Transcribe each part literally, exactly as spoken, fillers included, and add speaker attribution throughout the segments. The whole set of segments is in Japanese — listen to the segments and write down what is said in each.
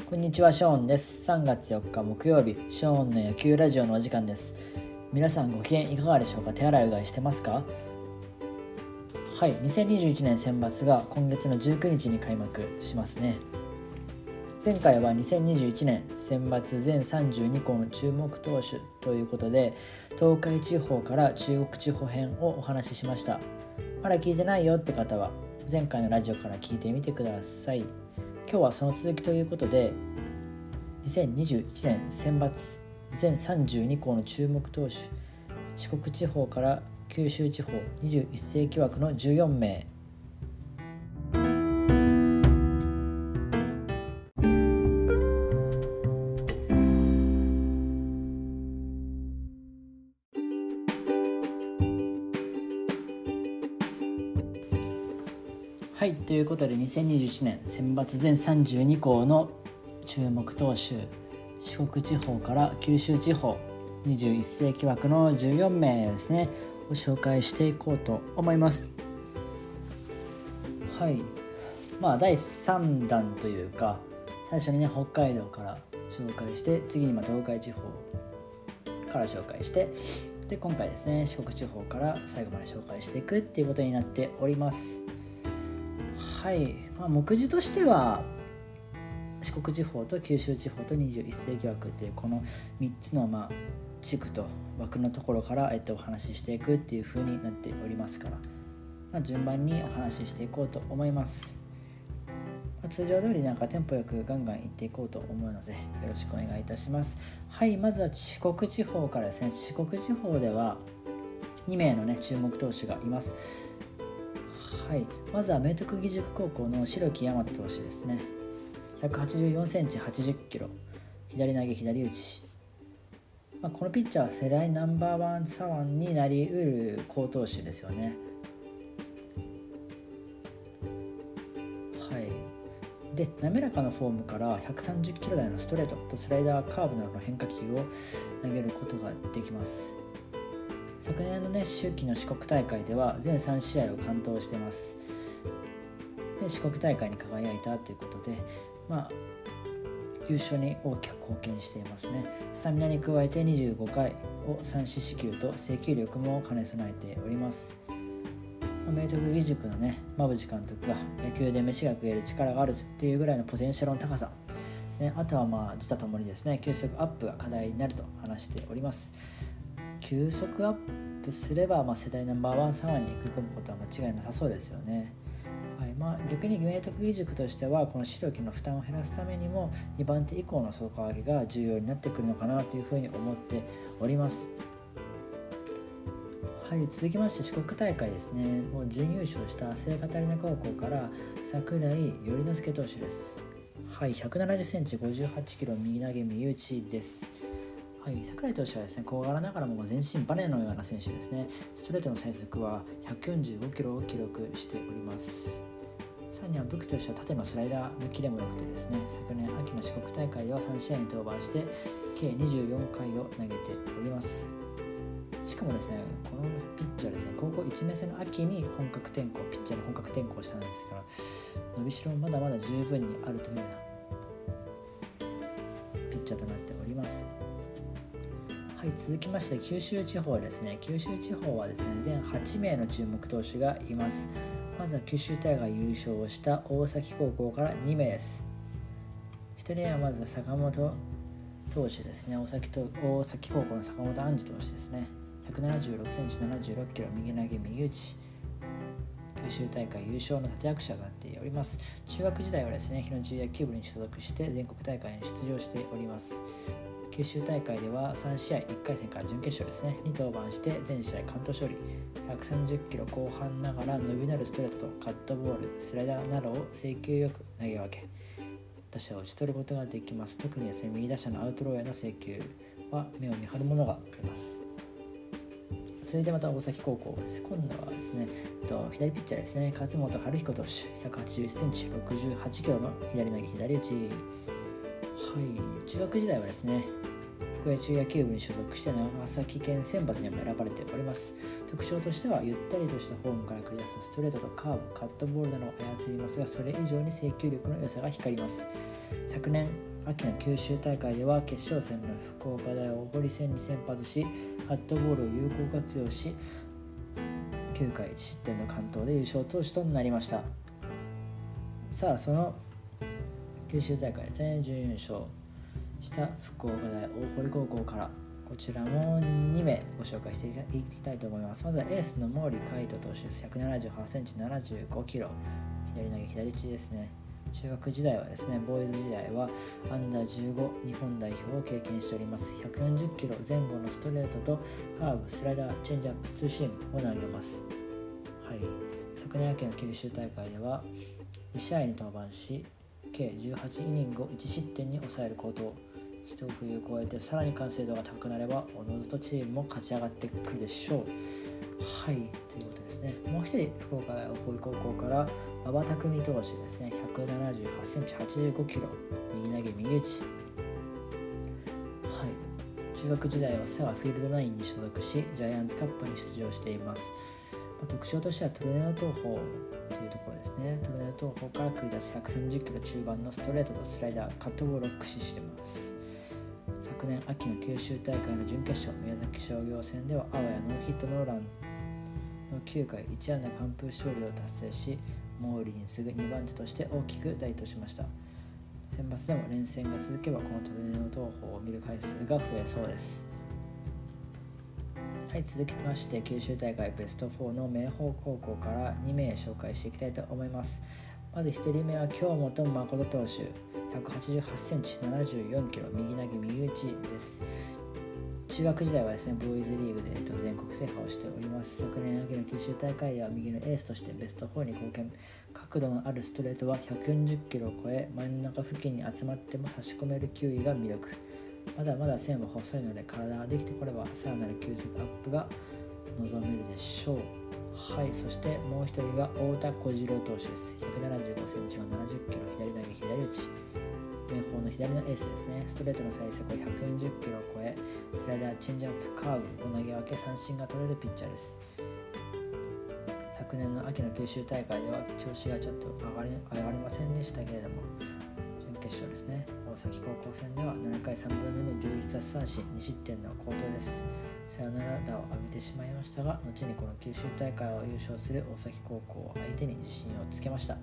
Speaker 1: こんにちは、ショーンです。さんがつよっか木曜日、ショーンの野球ラジオのお時間です。皆さんご機嫌いかがでしょうか。手洗いうがいしてますか？はい、にせんにじゅういちねん選抜が今月のじゅうくにちに開幕しますね。前回はにせんにじゅういちねん選抜全さんじゅうにこうの注目投手ということで、東海地方から中国地方編をお話ししました。まだ聞いてないよって方は前回のラジオから聞いてみてください。今日はその続きということで、にせんにじゅういちねん選抜全さんじゅうにこうの注目投手、四国地方から九州地方にじゅういっせいき枠のじゅうよんめい。はい、ということでにせんにじゅういちねん選抜全さんじゅうにこうの注目投手、四国地方から九州地方にじゅういっせいき枠のじゅうよんめいですねを紹介していこうと思います。はい、まあだいさんだんというか、最初にね北海道から紹介して、次にまた東海地方から紹介して、で今回ですね四国地方から最後まで紹介していくっていうことになっております。はい、まあ、目次としては四国地方と九州地方とにじゅういっせいき枠っていうこのみっつのまあ地区と枠のところから、えっと、お話ししていくっていう風になっておりますから、まあ、順番にお話ししていこうと思います。まあ、通常通りなんかテンポよくガンガンいっていこうと思うのでよろしくお願いいたします。はい、まずは四国地方からですね。四国地方ではにめいのね注目投手がいます。はい、まずは明徳義塾高校の白木大和投手ですね。ひゃくはちじゅうよんセンチはちじゅっキロ、左投げ左打ち、まあ、このピッチャーは世代ナンバーワン左腕になりうる好投手ですよね。はい、で滑らかなフォームからひゃくさんじゅっキロ台のストレートとスライダー、カーブなどの変化球を投げることができます。昨年のね秋季の四国大会では全さんしあいを完投しています。で四国大会に輝いたということで、まあ、優勝に大きく貢献していますね。スタミナに加えてにじゅうごかいをさんし四球と制球力も兼ね備えております。明徳義塾のね馬淵監督が野球で飯が食える力があるっていうぐらいのポテンシャルの高さですね。あとはまあ自他ともにですね球速アップが課題になると話しております。球速アップすれば、まあ、世代ナンバーワン左腕に食い込むことは間違いなさそうですよね。はい、まあ、逆に明徳義塾としてはこの白木の負担を減らすためにもにばんて以降の底上げが重要になってくるのかなというふうに思っております。はい、続きまして四国大会ですねを準優勝した聖カタリナ高校から櫻井頼之介投手です。はい、ひゃくななじゅっセンチごじゅうはちキロ、右投げ右打ちです。はい、櫻井投手はですね小柄ながらも全身バネのような選手ですね。ストレートの最速はひゃくよんじゅうごキロを記録しております。さらには武器としては縦のスライダーのキレも良くてですね、昨年秋の四国大会ではさんしあいに登板して計にじゅうよんかいを投げております。しかもですねこのピッチャーはですね高校いちねんせいの秋に本格転向ピッチャーに本格転向したんですから、伸びしろもまだまだ十分にあるというようなピッチャーとなっております。はい、続きまして九州地方ですね。九州地方はですね全はちめいの注目投手がいます。まずは九州大会優勝をした大崎高校からにめいです。ひとりめはまず坂本投手ですね。大崎と大崎高校の坂本杏司投手ですね。ひゃくななじゅうろくセンチななじゅうろっキロ、右投げ右打ち、九州大会優勝の立役者となっております。中学時代はですね日野中野球部に所属して全国大会に出場しております。九州大会ではさんしあいいっかいせんから準決勝ですねに登板して全試合完投勝利、ひゃくさんじゅっキロ後半ながら伸びのあるストレートとカットボール、スライダーなどを制球よく投げ分け打者を打ち取ることができます。特にですね右打者のアウトローへの制球は目を見張るものがあります。続いてまた大崎高校です。今度はですね左ピッチャーですね勝本晴彦投手、ひゃくはちじゅういっセンチろくじゅうはちキロの左投げ左打ち。はい、中学時代はですね福江中野球部に所属して長崎県選抜にも選ばれております。特徴としてはゆったりとしたフォームから繰り出すストレートとカーブ、カットボールなどを操りますが、それ以上に制球力の良さが光ります。昨年秋の九州大会では決勝戦の福岡大大堀戦に先発し、カットボールを有効活用しきゅうかいいち失点の完投で優勝投手となりました。さあその九州大会で全準優勝した福岡大大堀高校からこちらもにめいご紹介していきたいと思います。まずはエースの毛利海斗投手です。ひゃくななじゅうはちセンチななじゅうごキロ、左投げ左打ちですね。中学時代はですね、ボーイズ時代はアンダーじゅうご日本代表を経験しております。ひゃくよんじゅっキロ前後のストレートとカーブ、スライダー、チェンジアップ、ツーシームを投げます。はい、昨年秋の九州大会ではに試合に登板し、計じゅうはちイニングをいち失点に抑える好投。一冬を超えてさらに完成度が高くなればおのずとチームも勝ち上がってくるでしょう。はい、ということですね。もう一人福岡大大堀高校から馬場匠投手ですね。ひゃくななじゅうはちセンチはちじゅうごキロ、右投げ右打ち。はい、中学時代は佐賀フィールドナインに所属し、ジャイアンツカップに出場しています。まあ、特徴としてはトルネード投法というところですね。トルネード投法から繰り出すひゃくさんじゅっキロ中盤のストレートとスライダー、カットボールを駆使しています。昨年秋の九州大会の準決勝、宮崎商業戦ではあわやノーヒットノーランのきゅうかいいち安打完封勝利を達成し、毛利に次ぐにばん手として大きく大としました。選抜でも連戦が続けばこのトルネード投法を見る回数が増えそうです。はい、続きまして九州大会ベストフォーの明豊高校からにめい紹介していきたいと思います。まずひとりめは京本誠投手、ひゃくはちじゅうはちセンチななじゅうよんキロ、右投げ右打ちです。中学時代はですね、ボーイズリーグで全国制覇をしております。昨年秋の九州大会では右のエースとしてベストフォーに貢献。角度のあるストレートはひゃくよんじゅっキロを超え、真ん中付近に集まっても差し込める球威が魅力。まだまだ線は細いので体ができてこればさらなる球速アップが望めるでしょう。はい、そしてもう一人が太田小次郎投手です。ひゃくななじゅうごセンチのななじゅっキロ、左投げ左打ち。明豊の左のエースですね。ストレートの最速はひゃくよんじゅっキロを超え、スライダー、チェンジアップ、カーブを投げ分け三振が取れるピッチャーです。昨年の秋の九州大会では調子がちょっと上がり、上がりませんでしたけれども、準決勝ですね、大崎高校戦ではななかいさんぶんのにのじゅういち奪三振に失点の好投です。サヨナラ打を浴びてしまいましたが、後にこの九州大会を優勝する大崎高校を相手に自信をつけました。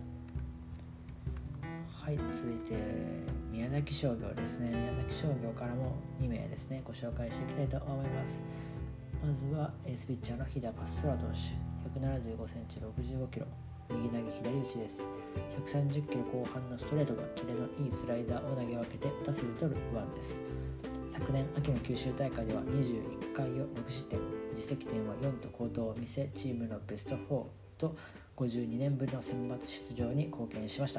Speaker 1: はい、続いて宮崎商業ですね。宮崎商業からもにめいですね、ご紹介していきたいと思います。まずはエースピッチャーの日高空投手、ひゃくななじゅうごセンチろくじゅうごキロ、右投げ左打ちです。ひゃくさんじゅっキロ後半のストレートとキレのいいスライダーを投げ分けて打たせて取る右腕です。昨年秋の九州大会ではにじゅういっかいをろく失点、自責点はよんと好投を見せ、チームのベストフォーとごじゅうにねんぶりの選抜出場に貢献しました。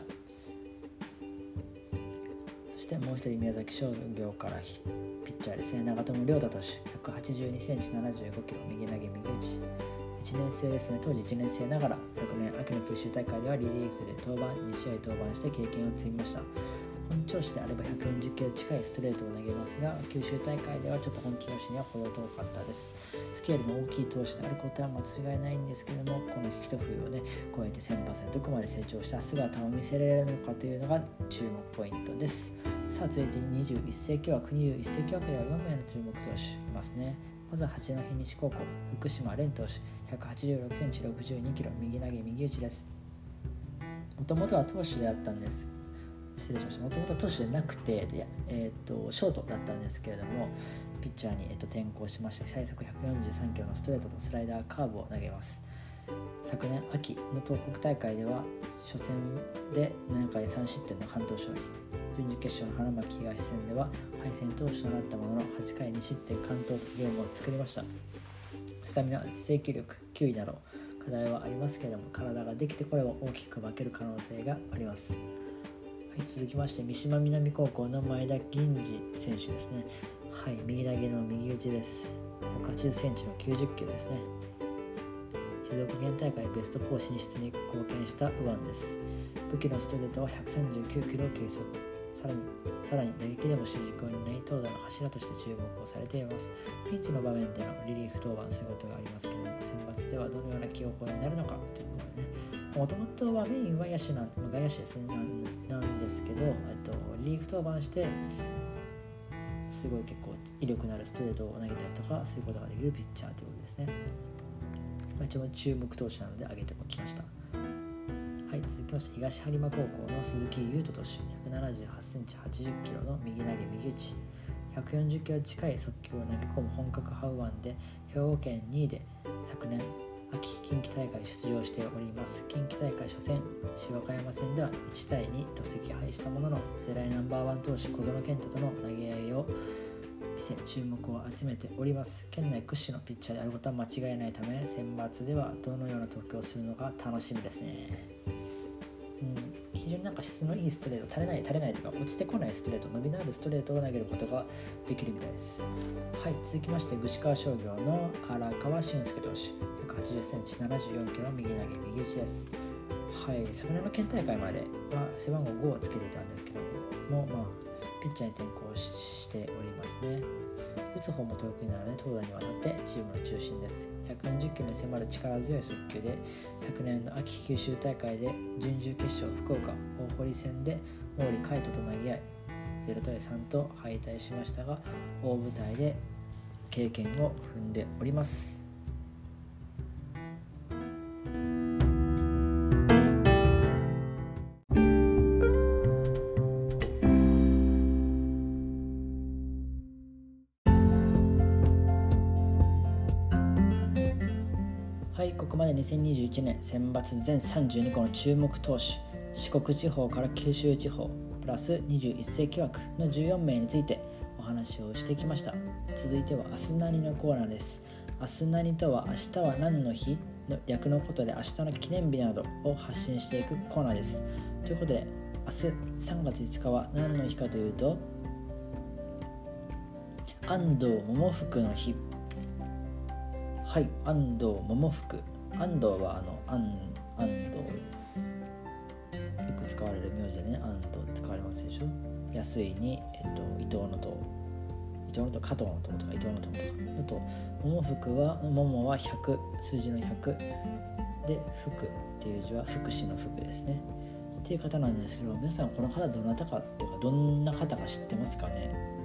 Speaker 1: そしてもう一人宮崎商業からピッチャーですね、長友亮太投手、ひゃくはちじゅうにセンチななじゅうごキロ、右投げ右打ち。いちねん生ですね。当時いちねん生ながら昨年秋の九州大会ではリリーフで登板に試合登板して経験を積みました。本調子であればひゃくよんじゅっキロ近いストレートを投げますが、九州大会ではちょっと本調子には程遠かったです。スケールの大きい投手であることは間違いないんですけれども、この一冬をね超えて選抜でどこまで成長した姿を見せられるのかというのが注目ポイントです。さあ続いてにじゅういっ世紀枠、にじゅういっ世紀枠ではよんめいの注目投手いますね。まずは八戸西高校、福島蓮投手、ひゃくはちじゅうろくセンチろくじゅうにキロ、右投げ右打ちです。もともとは投手であったんです失礼しました。もともと投手でなくて、えー、とショートだったんですけれども、ピッチャーに、えー、と転向しまして、最速ひゃくよんじゅうさんキロのストレートとスライダー、カーブを投げます。昨年秋の東北大会では初戦でななかいさん失点の完投勝利、準々決勝の花巻東戦では敗戦投手となったもののはちかいに失点完投とゲームを作りました。スタミナ、制球力、球威など課題はありますけれども、体ができてこれば大きく負ける可能性があります。はい、続きまして三島南高校の前田銀次選手ですね。はい、右投げの右打ちです。ひゃくはちじゅっセンチのきゅうじゅっキロですね。静岡県大会ベストフォー進出に貢献した右腕です。武器のストレートはひゃくさんじゅうきゅうキロを計測。さらにさらに打撃でも主軸にない投打の柱として注目をされています。ピンチの場面でのリリーフ登板することがありますけれども、選抜ではどのような起用法になるのかというのはね、 もともとはメインは野手なん外野手ですねなんです、なんですけど、えっと、リーグ登板してすごい結構威力のあるストレートを投げたりとかすることができるピッチャーということですね。まあ、一番注目投手なので挙げておきました。はい、続きまして東播磨高校の鈴木優斗投手、ひゃくななじゅうはちセンチはちじゅっキロの右投げ右打ち、ひゃくよんじゅっキロ近い速球を投げ込む本格ハウワンで兵庫県にいで昨年秋近畿大会出場しております。近畿大会初戦芝岡山戦ではいちたいにと惜敗したものの世代ナンバーワン投手小園健太との投げ合いを見せ注目を集めております。県内屈指のピッチャーであることは間違いないため選抜ではどのような投球をするのか楽しみですね。うん、非常になんか質のいいストレート、垂れない垂れないとか落ちてこないストレート、伸びのあるストレートを投げることができるみたいです。はい、続きまして具志川商業の荒川俊介投手、ひゃくはちじゅっセンチななじゅうよんキロの右投げ右打ちです。はい、昨年の県大会までは背番号ごをつけていたんですけども、まあ、ピッチャーに転向しておりますね。打つ方も得意なので投打にわたってチームの中心です。ひゃくよんじゅっキロに迫る力強い速球で昨年の秋九州大会で準々決勝福岡大堀戦で毛利海斗と投げ合いゼロたいさんと敗退しましたが大舞台で経験を踏んでおります。はい、ここまでにせんにじゅういちねん選抜全さんじゅうにこの注目投手、四国地方から九州地方プラスにじゅういっ世紀枠のじゅうよんめいについてお話をしてきました。続いては明日何のコーナーです。明日何とは明日は何の日の略のことで明日の記念日などを発信していくコーナーです。ということで明日さんがついつかは何の日かというと安藤桃福の日。はい、安藤桃福。安藤はあの安安藤よく使われる名字でね、安藤使われますでしょ。安いに、えっと、伊藤のと伊藤のと加藤のととか伊藤のととかあと桃福は桃はひゃく数字のひゃくで福っていう字は福祉の福ですねっていう方なんですけど、皆さんこの方どなたかっていうかどんな方か知ってますかね。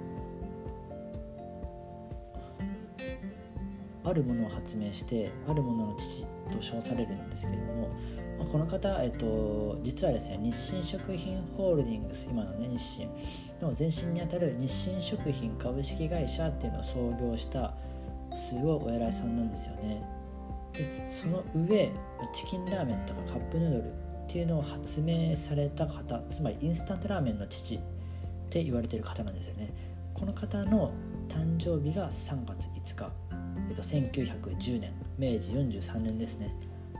Speaker 1: あるものを発明してあるものの父と称されるんですけれども、まあ、この方、えっと、実はですね日清食品ホールディングス今のね日清の前身にあたる日清食品株式会社っていうのを創業したすごいお偉いさんなんですよね。でその上チキンラーメンとかカップヌードルっていうのを発明された方、つまりインスタントラーメンの父って言われている方なんですよね。この方の誕生日がさんがついつか、えっと、せんきゅうひゃくじゅうねんめいじよんじゅうさんねんですね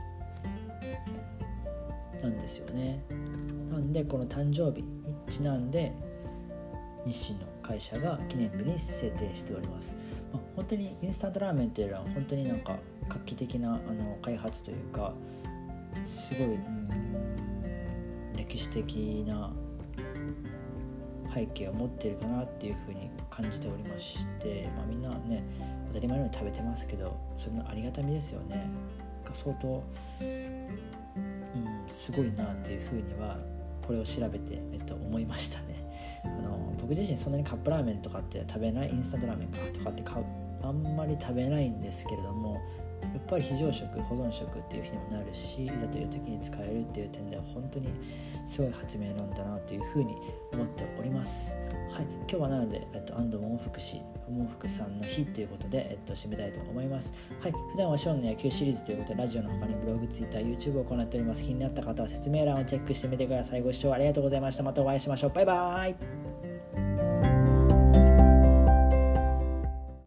Speaker 1: なんですよね。なんでこの誕生日にちなんで日清の会社が記念日に制定しております。まあ、本当にインスタントラーメンっていうのは本当になんか画期的なあの開発というかすごい、うん、歴史的な背景を持っているかなっていうふうに感じておりまして、まあ、みんなね当たり前のように食べてますけどそれのありがたみですよねが相当、うん、すごいなっていうふうにはこれを調べて、えっと、思いましたね。あの僕自身そんなにカップラーメンとかって食べない、インスタントラーメンかとかって買うあんまり食べないんですけれども、やっぱり非常食保存食っていうふうにもなるし、いざという時に使えるっていう点では本当にすごい発明なんだなというふうに思っております。はい、今日はなので、えっと、安藤桃福氏桃福さんの日ということで、えっと、締めたいと思います。はい、普段はショーンの野球シリーズということでラジオの他にブログ、ツイッター、YouTube を行っております。気になった方は説明欄をチェックしてみてください。ご視聴ありがとうございました。またお会いしましょう。バイバイ。